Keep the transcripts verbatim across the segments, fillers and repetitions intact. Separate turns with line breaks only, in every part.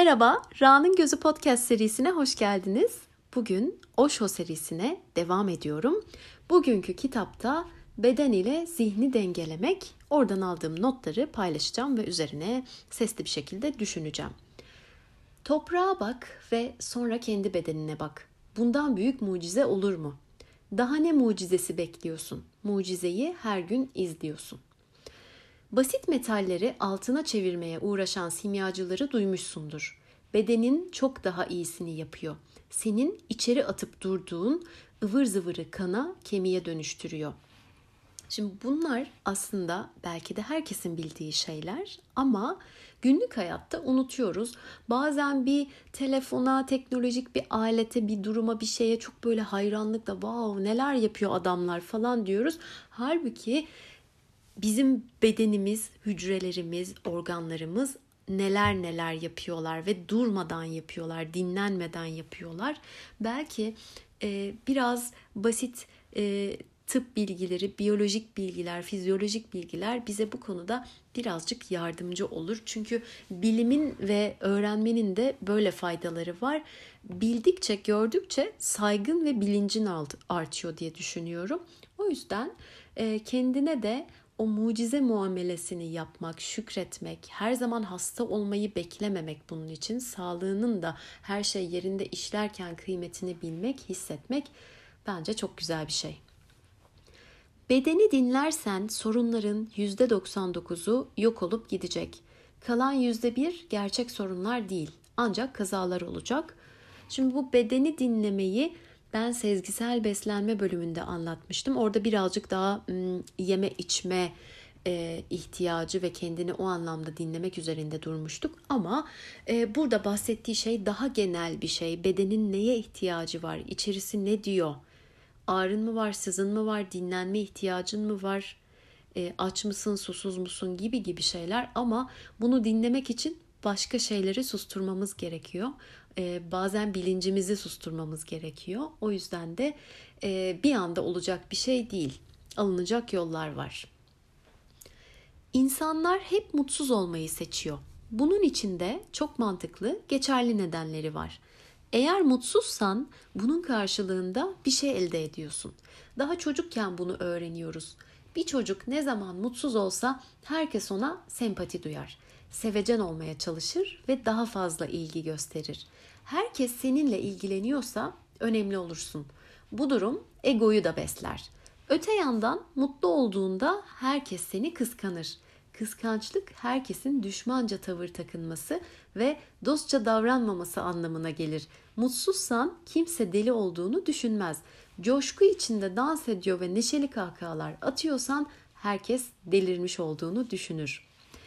Merhaba, Ra'nın Gözü Podcast serisine hoş geldiniz. Bugün Osho serisine devam ediyorum. Bugünkü kitapta beden ile zihni dengelemek, oradan aldığım notları paylaşacağım ve üzerine sesli bir şekilde düşüneceğim. Toprağa bak ve sonra kendi bedenine bak. Bundan büyük mucize olur mu? Daha ne mucizesi bekliyorsun? Mucizeyi her gün izliyorsun. Basit metalleri altına çevirmeye uğraşan simyacıları duymuşsundur. Bedenin çok daha iyisini yapıyor. Senin içeri atıp durduğun ıvır zıvırı kana, kemiğe dönüştürüyor. Şimdi bunlar aslında belki de herkesin bildiği şeyler ama günlük hayatta unutuyoruz. Bazen bir telefona, teknolojik bir alete, bir duruma, bir şeye çok böyle hayranlıkla wow neler yapıyor adamlar falan diyoruz. Halbuki bizim bedenimiz, hücrelerimiz, organlarımız neler neler yapıyorlar ve durmadan yapıyorlar, dinlenmeden yapıyorlar. Belki e, biraz basit e, tıp bilgileri, biyolojik bilgiler, fizyolojik bilgiler bize bu konuda birazcık yardımcı olur. Çünkü bilimin ve öğrenmenin de böyle faydaları var. Bildikçe, gördükçe saygın ve bilincin artıyor diye düşünüyorum. O yüzden e, kendine de o mucize muamelesini yapmak, şükretmek, her zaman hasta olmayı beklememek bunun için, sağlığının da her şey yerinde işlerken kıymetini bilmek, hissetmek bence çok güzel bir şey. Bedeni dinlersen sorunların yüzde doksan dokuzu yok olup gidecek. Kalan yüzde bir gerçek sorunlar değil, ancak kazalar olacak. Şimdi bu bedeni dinlemeyi ben sezgisel beslenme bölümünde anlatmıştım. Orada birazcık daha yeme içme e, ihtiyacı ve kendini o anlamda dinlemek üzerinde durmuştuk. Ama e, burada bahsettiği şey daha genel bir şey. Bedenin neye ihtiyacı var? İçerisi ne diyor? Ağrın mı var? Sızın mı var? Dinlenme ihtiyacın mı var? E, aç mısın? Susuz musun? Gibi gibi şeyler. Ama bunu dinlemek için başka şeyleri susturmamız gerekiyor. Ee, bazen bilincimizi susturmamız gerekiyor. O yüzden de e, bir anda olacak bir şey değil. Alınacak yollar var. İnsanlar hep mutsuz olmayı seçiyor. Bunun için de çok mantıklı, geçerli nedenleri var. Eğer mutsuzsan bunun karşılığında bir şey elde ediyorsun. Daha çocukken bunu öğreniyoruz. Bir çocuk ne zaman mutsuz olsa herkes ona sempati duyar. Sevecen olmaya çalışır ve daha fazla ilgi gösterir. Herkes seninle ilgileniyorsa önemli olursun. Bu durum egoyu da besler. Öte yandan mutlu olduğunda herkes seni kıskanır. Kıskançlık herkesin düşmanca tavır takınması ve dostça davranmaması anlamına gelir. Mutsuzsan kimse deli olduğunu düşünmez. Coşku içinde dans ediyor ve neşeli kahkahalar atıyorsan herkes delirmiş olduğunu düşünür.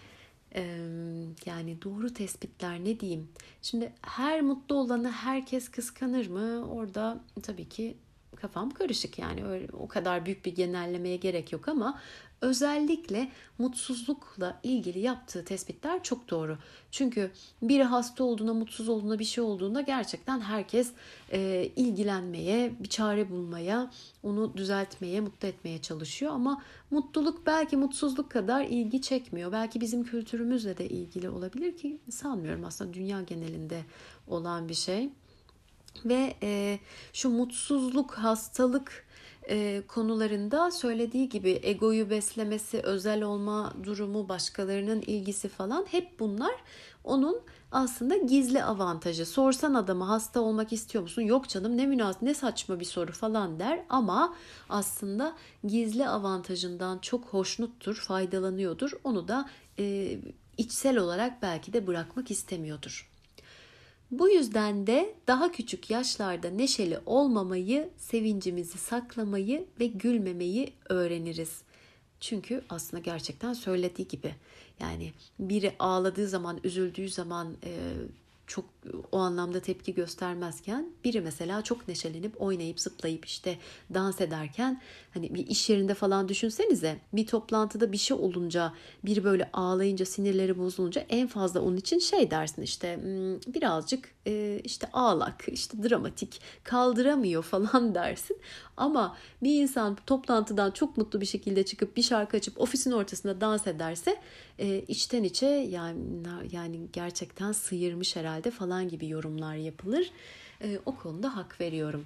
Yani doğru tespitler ne diyeyim? Şimdi her mutlu olanı herkes kıskanır mı? Orada tabii ki kafam karışık, yani öyle, o kadar büyük bir genellemeye gerek yok ama özellikle mutsuzlukla ilgili yaptığı tespitler çok doğru. Çünkü biri hasta olduğunda, mutsuz olduğunda, bir şey olduğunda gerçekten herkes e, ilgilenmeye, bir çare bulmaya, onu düzeltmeye, mutlu etmeye çalışıyor. Ama mutluluk belki mutsuzluk kadar ilgi çekmiyor. Belki bizim kültürümüzle de ilgili olabilir ki sanmıyorum, aslında dünya genelinde olan bir şey. Ve e, şu mutsuzluk, hastalık e, konularında söylediği gibi egoyu beslemesi, özel olma durumu, başkalarının ilgisi falan, hep bunlar onun aslında gizli avantajı. Sorsan adama hasta olmak istiyor musun? Yok canım, ne münasebet, ne saçma bir soru falan der ama aslında gizli avantajından çok hoşnuttur, faydalanıyordur. Onu da e, içsel olarak belki de bırakmak istemiyordur. Bu yüzden de daha küçük yaşlarda neşeli olmamayı, sevincimizi saklamayı ve gülmemeyi öğreniriz. Çünkü aslında gerçekten söylediği gibi, yani biri ağladığı zaman, üzüldüğü zaman e, çok o anlamda tepki göstermezken biri mesela çok neşelenip oynayıp zıplayıp işte dans ederken, hani bir iş yerinde falan düşünsenize, bir toplantıda bir şey olunca, biri böyle ağlayınca, sinirleri bozulunca en fazla onun için şey dersin, işte birazcık işte ağlak, işte dramatik, kaldıramıyor falan dersin. Ama bir insan toplantıdan çok mutlu bir şekilde çıkıp bir şarkı açıp ofisin ortasında dans ederse içten içe yani yani gerçekten sıyırmış herhalde herhalde falan gibi yorumlar yapılır. E, o konuda hak veriyorum.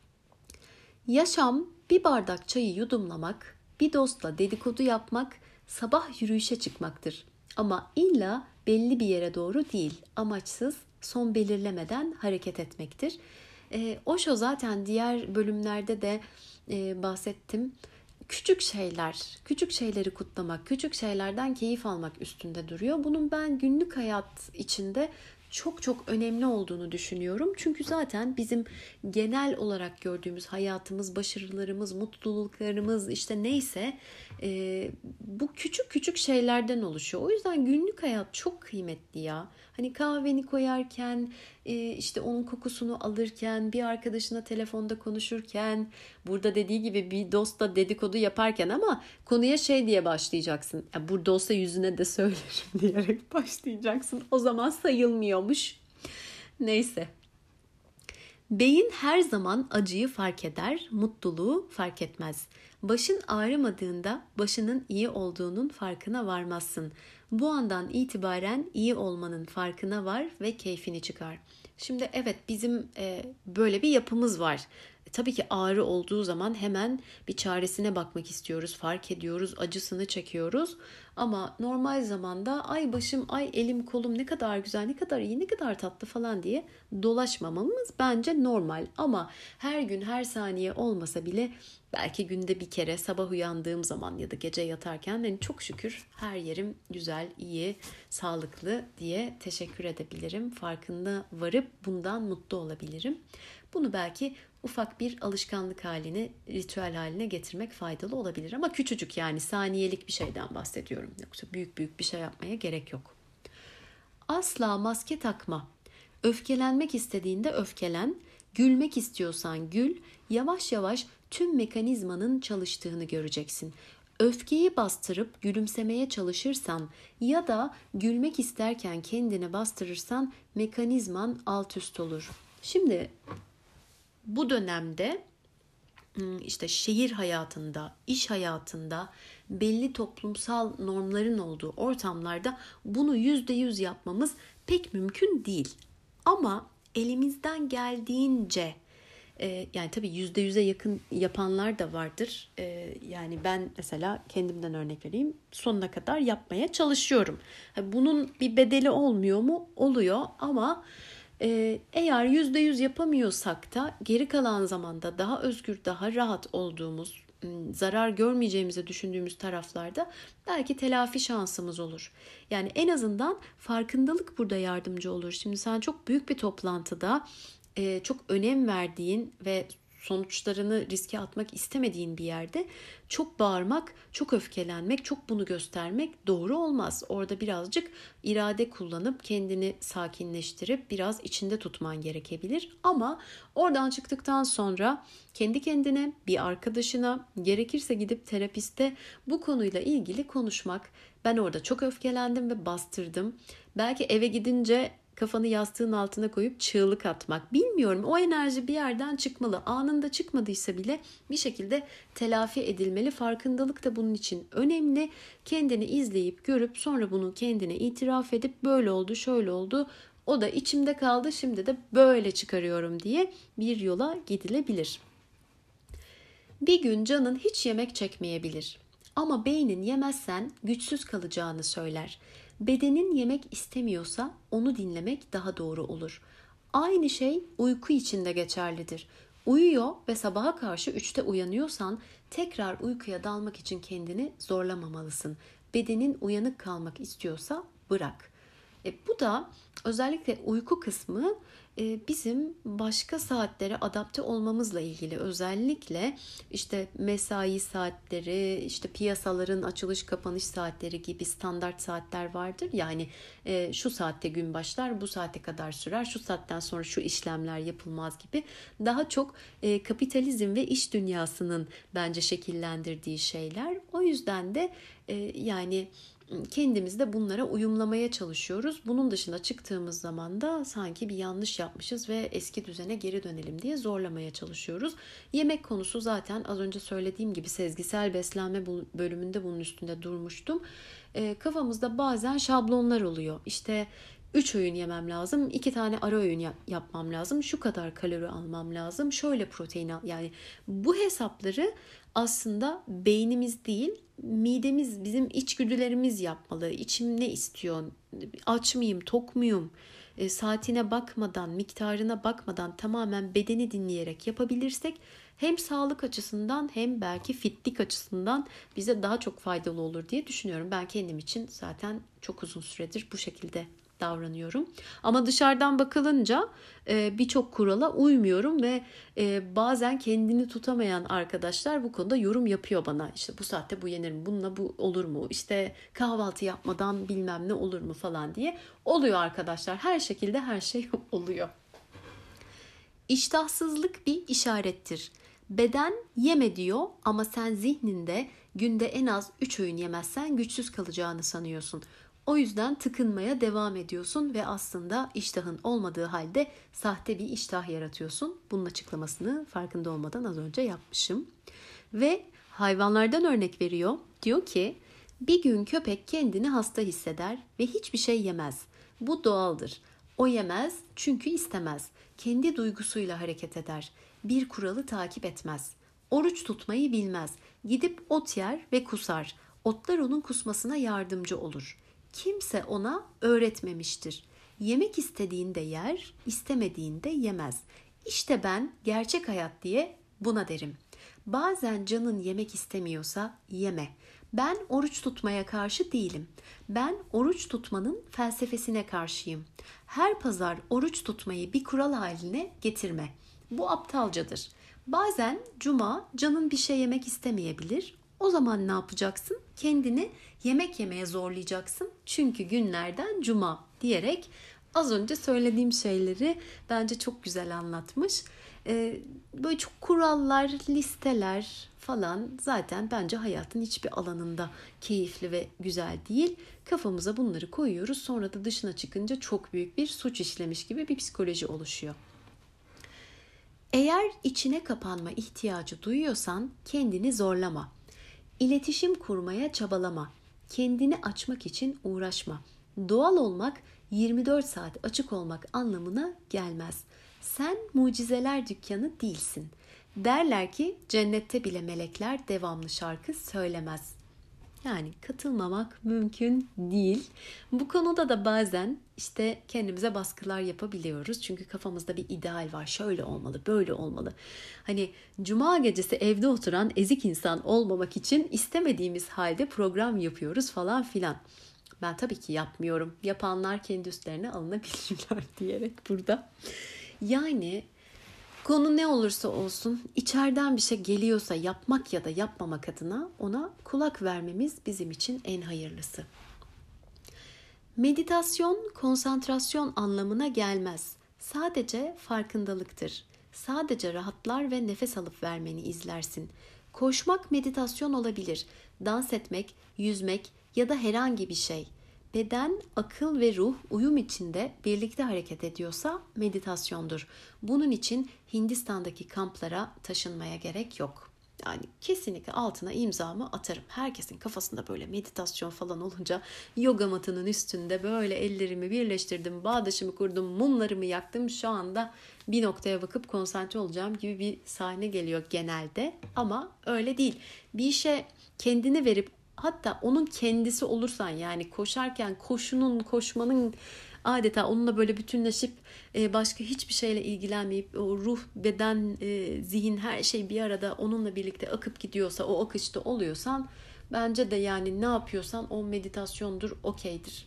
Yaşam bir bardak çayı yudumlamak, bir dostla dedikodu yapmak, sabah yürüyüşe çıkmaktır. Ama illa belli bir yere doğru değil, amaçsız, son belirlemeden hareket etmektir. E, Osho zaten diğer bölümlerde de e, bahsettim. Küçük şeyler, küçük şeyleri kutlamak, küçük şeylerden keyif almak üstünde duruyor. Bunun ben günlük hayat içinde çok çok önemli olduğunu düşünüyorum. Çünkü zaten bizim genel olarak gördüğümüz hayatımız, başarılarımız, mutluluklarımız işte neyse e, bu küçük küçük şeylerden oluşuyor. O yüzden günlük hayat çok kıymetli ya. Hani kahveni koyarken, e, işte onun kokusunu alırken, bir arkadaşına telefonda konuşurken, burada dediği gibi bir dostla dedikodu yaparken ama konuya şey diye başlayacaksın. Ya burada olsa yüzüne de söylerim diyerek başlayacaksın. O zaman sayılmıyormuş. Neyse. Beyin her zaman acıyı fark eder, mutluluğu fark etmez. Başın ağrımadığında başının iyi olduğunun farkına varmazsın. Bu andan itibaren iyi olmanın farkına var ve keyfini çıkar. Şimdi evet bizim e, böyle bir yapımız var. E, tabii ki ağrı olduğu zaman hemen bir çaresine bakmak istiyoruz, fark ediyoruz, acısını çekiyoruz. Ama normal zamanda ay başım, ay elim, kolum ne kadar güzel, ne kadar iyi, ne kadar tatlı falan diye dolaşmamamız bence normal. Ama her gün, her saniye olmasa bile belki günde bir kere sabah uyandığım zaman ya da gece yatarken yani çok şükür her yerim güzel, iyi, sağlıklı diye teşekkür edebilirim. Farkında varıp bundan mutlu olabilirim. Bunu belki ufak bir alışkanlık haline, ritüel haline getirmek faydalı olabilir. Ama küçücük yani saniyelik bir şeyden bahsediyorum. Yoksa büyük büyük bir şey yapmaya gerek yok. Asla maske takma. Öfkelenmek istediğinde öfkelen, gülmek istiyorsan gül, yavaş yavaş tüm mekanizmanın çalıştığını göreceksin. Öfkeyi bastırıp gülümsemeye çalışırsan ya da gülmek isterken kendini bastırırsan mekanizman alt üst olur. Şimdi bu dönemde işte şehir hayatında, iş hayatında belli toplumsal normların olduğu ortamlarda bunu yüzde yüz yapmamız pek mümkün değil. Ama elimizden geldiğince yani tabii yüzde yüze yakın yapanlar da vardır. Yani ben mesela kendimden örnek vereyim. Sonuna kadar yapmaya çalışıyorum. Bunun bir bedeli olmuyor mu? Oluyor ama eğer yüzde yüz yapamıyorsak da geri kalan zamanda daha özgür, daha rahat olduğumuz, zarar görmeyeceğimizi düşündüğümüz taraflarda belki telafi şansımız olur. Yani en azından farkındalık burada yardımcı olur. Şimdi sen çok büyük bir toplantıda çok önem verdiğin ve sonuçlarını riske atmak istemediğin bir yerde çok bağırmak, çok öfkelenmek, çok bunu göstermek doğru olmaz. Orada birazcık irade kullanıp kendini sakinleştirip biraz içinde tutman gerekebilir. Ama oradan çıktıktan sonra kendi kendine, bir arkadaşına, gerekirse gidip terapiste bu konuyla ilgili konuşmak. Ben orada çok öfkelendim ve bastırdım. Belki eve gidince kafanı yastığın altına koyup çığlık atmak. Bilmiyorum, o enerji bir yerden çıkmalı. Anında çıkmadıysa bile bir şekilde telafi edilmeli. Farkındalık da bunun için önemli. Kendini izleyip görüp sonra bunu kendine itiraf edip böyle oldu, şöyle oldu. O da içimde kaldı, şimdi de böyle çıkarıyorum diye bir yola gidilebilir. Bir gün canın hiç yemek çekmeyebilir. Ama beynin yemezsen güçsüz kalacağını söyler. Bedenin yemek istemiyorsa onu dinlemek daha doğru olur. Aynı şey uyku için de geçerlidir. Uyuyor ve sabaha karşı üçte uyanıyorsan tekrar uykuya dalmak için kendini zorlamamalısın. Bedenin uyanık kalmak istiyorsa bırak. E, bu da özellikle uyku kısmı e, bizim başka saatlere adapte olmamızla ilgili. Özellikle işte mesai saatleri, işte piyasaların açılış kapanış saatleri gibi standart saatler vardır. Yani e, şu saatte gün başlar, bu saate kadar sürer, şu saatten sonra şu işlemler yapılmaz gibi. Daha çok e, kapitalizm ve iş dünyasının bence şekillendirdiği şeyler. O yüzden de e, yani kendimiz de bunlara uyumlamaya çalışıyoruz. Bunun dışına çıktığımız zaman da sanki bir yanlış yapmışız ve eski düzene geri dönelim diye zorlamaya çalışıyoruz. Yemek konusu zaten az önce söylediğim gibi sezgisel beslenme bölümünde bunun üstünde durmuştum. E, kafamızda bazen şablonlar oluyor. İşte üç öğün yemem lazım. iki tane ara öğün yap- yapmam lazım. Şu kadar kalori almam lazım. Şöyle protein al. Yani bu hesapları aslında beynimiz değil, midemiz, bizim içgüdülerimiz yapmalı. İçim ne istiyor? Aç mıyım, tok muyum? E, saatine bakmadan, miktarına bakmadan tamamen bedeni dinleyerek yapabilirsek hem sağlık açısından hem belki fitlik açısından bize daha çok faydalı olur diye düşünüyorum. Ben kendim için zaten çok uzun süredir bu şekilde davranıyorum. Ama dışarıdan bakılınca e, birçok kurala uymuyorum ve e, bazen kendini tutamayan arkadaşlar bu konuda yorum yapıyor bana. İşte bu saatte bu yenir mi? Bununla bu olur mu? İşte kahvaltı yapmadan bilmem ne olur mu falan diye. Oluyor arkadaşlar. Her şekilde her şey oluyor. İştahsızlık bir işarettir. Beden yeme diyor ama sen zihninde günde en az üç öğün yemezsen güçsüz kalacağını sanıyorsun. O yüzden tıkınmaya devam ediyorsun ve aslında iştahın olmadığı halde sahte bir iştah yaratıyorsun. Bunun açıklamasını farkında olmadan az önce yapmışım. Ve hayvanlardan örnek veriyor. Diyor ki bir gün köpek kendini hasta hisseder ve hiçbir şey yemez. Bu doğaldır. O yemez çünkü istemez. Kendi duygusuyla hareket eder. Bir kuralı takip etmez. Oruç tutmayı bilmez. Gidip ot yer ve kusar. Otlar onun kusmasına yardımcı olur. Kimse ona öğretmemiştir. Yemek istediğinde yer, istemediğinde yemez. İşte ben gerçek hayat diye buna derim. Bazen canın yemek istemiyorsa yeme. Ben oruç tutmaya karşı değilim. Ben oruç tutmanın felsefesine karşıyım. Her pazar oruç tutmayı bir kural haline getirme. Bu aptalcadır. Bazen cuma canın bir şey yemek istemeyebilir. O zaman ne yapacaksın? Kendini yemek yemeye zorlayacaksın. Çünkü günlerden cuma diyerek az önce söylediğim şeyleri bence çok güzel anlatmış. Ee, böyle çok kurallar, listeler falan zaten bence hayatın hiçbir alanında keyifli ve güzel değil. Kafamıza bunları koyuyoruz. Sonra da dışına çıkınca çok büyük bir suç işlemiş gibi bir psikoloji oluşuyor. Eğer içine kapanma ihtiyacı duyuyorsan kendini zorlama. İletişim kurmaya çabalama. Kendini açmak için uğraşma. Doğal olmak yirmi dört saat açık olmak anlamına gelmez. Sen mucizeler dükkanı değilsin. Derler ki cennette bile melekler devamlı şarkı söylemez. Yani katılmamak mümkün değil. Bu konuda da bazen işte kendimize baskılar yapabiliyoruz. Çünkü kafamızda bir ideal var. Şöyle olmalı, böyle olmalı. Hani cuma gecesi evde oturan ezik insan olmamak için istemediğimiz halde program yapıyoruz falan filan. Ben tabii ki yapmıyorum. Yapanlar kendi üstlerine alınabilirler diyerek burada. Yani konu ne olursa olsun içeriden bir şey geliyorsa yapmak ya da yapmamak adına ona kulak vermemiz bizim için en hayırlısı. Meditasyon konsantrasyon anlamına gelmez. Sadece farkındalıktır. Sadece rahatlar ve nefes alıp vermeni izlersin. Koşmak meditasyon olabilir. Dans etmek, yüzmek ya da herhangi bir şey. Beden, akıl ve ruh uyum içinde birlikte hareket ediyorsa meditasyondur. Bunun için Hindistan'daki kamplara taşınmaya gerek yok. Yani kesinlikle altına imzamı atarım. Herkesin kafasında böyle meditasyon falan olunca yoga matının üstünde böyle ellerimi birleştirdim, bağdaşımı kurdum, mumlarımı yaktım. Şu anda bir noktaya bakıp konsantre olacağım gibi bir sahne geliyor genelde. Ama öyle değil. Bir işe kendini verip hatta onun kendisi olursan yani koşarken koşunun, koşmanın adeta onunla böyle bütünleşip başka hiçbir şeyle ilgilenmeyip o ruh, beden, zihin her şey bir arada onunla birlikte akıp gidiyorsa, o akışta oluyorsan bence de yani ne yapıyorsan o meditasyondur, okeydir.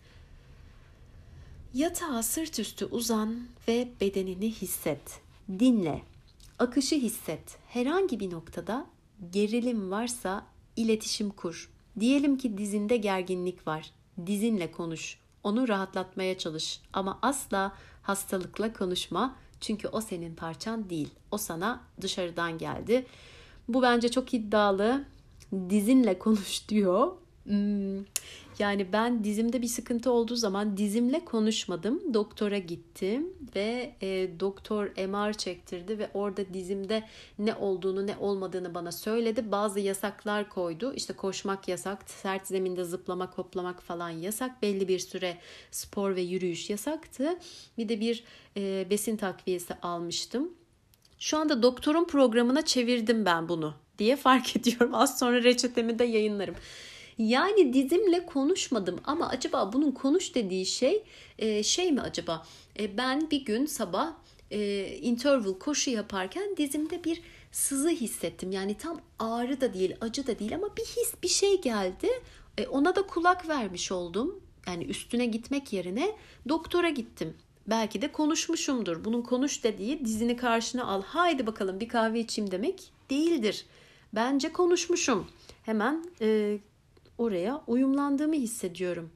Yatağa sırt üstü uzan ve bedenini hisset. Dinle. Akışı hisset. Herhangi bir noktada gerilim varsa iletişim kur. Diyelim ki dizinde gerginlik var. Dizinle konuş. Onu rahatlatmaya çalış. Ama asla hastalıkla konuşma. Çünkü o senin parçan değil. O sana dışarıdan geldi. Bu bence çok iddialı. Dizinle konuş diyor. Hmm. Yani ben dizimde bir sıkıntı olduğu zaman dizimle konuşmadım. Doktora gittim ve e, doktor M R çektirdi ve orada dizimde ne olduğunu ne olmadığını bana söyledi. Bazı yasaklar koydu. İşte koşmak yasak, sert zeminde zıplamak, hoplamak falan yasak. Belli bir süre spor ve yürüyüş yasaktı. Bir de bir e, besin takviyesi almıştım. Şu anda doktorun programına çevirdim ben bunu diye fark ediyorum. Az sonra reçetemi de yayınlarım. Yani dizimle konuşmadım ama acaba bunun konuş dediği şey e, şey mi acaba? E, ben bir gün sabah e, interval koşu yaparken dizimde bir sızı hissettim. Yani tam ağrı da değil, acı da değil ama bir his, bir şey geldi. E, ona da kulak vermiş oldum. Yani üstüne gitmek yerine doktora gittim. Belki de konuşmuşumdur. Bunun konuş dediği dizini karşına al. Haydi bakalım bir kahve içeyim demek değildir. Bence konuşmuşum. Hemen e, oraya uyumlandığımı hissediyorum.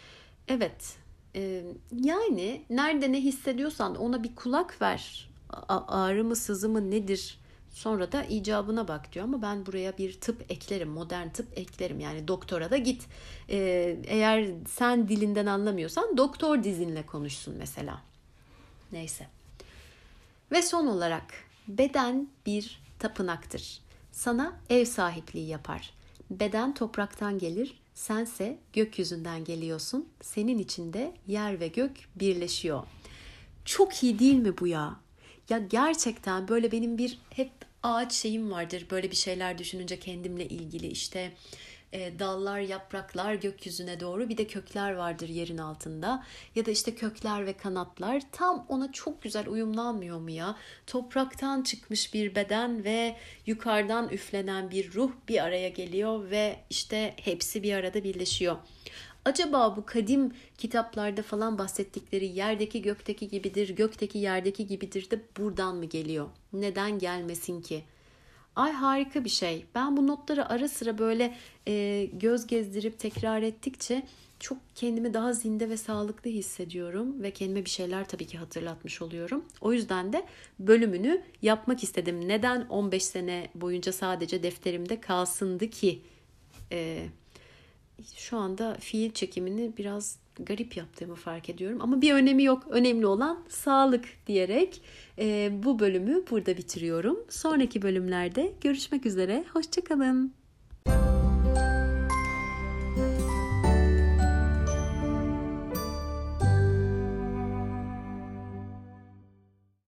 Evet. E, yani nerede ne hissediyorsan ona bir kulak ver. A- ağrı mı sızı mı nedir? Sonra da icabına bak diyor ama ben buraya bir tıp eklerim, modern tıp eklerim. Yani doktora da git. Ee, eğer sen dilinden anlamıyorsan doktor dizinle konuşsun mesela. Neyse. Ve son olarak beden bir tapınaktır. Sana ev sahipliği yapar. Beden topraktan gelir, sense gökyüzünden geliyorsun. Senin içinde yer ve gök birleşiyor. Çok iyi değil mi bu ya? Ya gerçekten böyle benim bir hep ağaç şeyim vardır. Böyle bir şeyler düşününce kendimle ilgili işte e, dallar, yapraklar gökyüzüne doğru bir de kökler vardır yerin altında. Ya da işte kökler ve kanatlar tam ona çok güzel uyumlanmıyor mu ya? Topraktan çıkmış bir beden ve yukarıdan üflenen bir ruh bir araya geliyor ve işte hepsi bir arada birleşiyor. Acaba bu kadim kitaplarda falan bahsettikleri yerdeki gökteki gibidir, gökteki yerdeki gibidir de buradan mı geliyor? Neden gelmesin ki? Ay harika bir şey. Ben bu notları ara sıra böyle e, göz gezdirip tekrar ettikçe çok kendimi daha zinde ve sağlıklı hissediyorum ve kendime bir şeyler tabii ki hatırlatmış oluyorum. O yüzden de bölümünü yapmak istedim. Neden on beş sene boyunca sadece defterimde kalsındı ki? E, Şu anda fiil çekimini biraz garip yaptığımı fark ediyorum. Ama bir önemi yok. Önemli olan sağlık diyerek e, bu bölümü burada bitiriyorum. Sonraki bölümlerde görüşmek üzere. Hoşça kalın.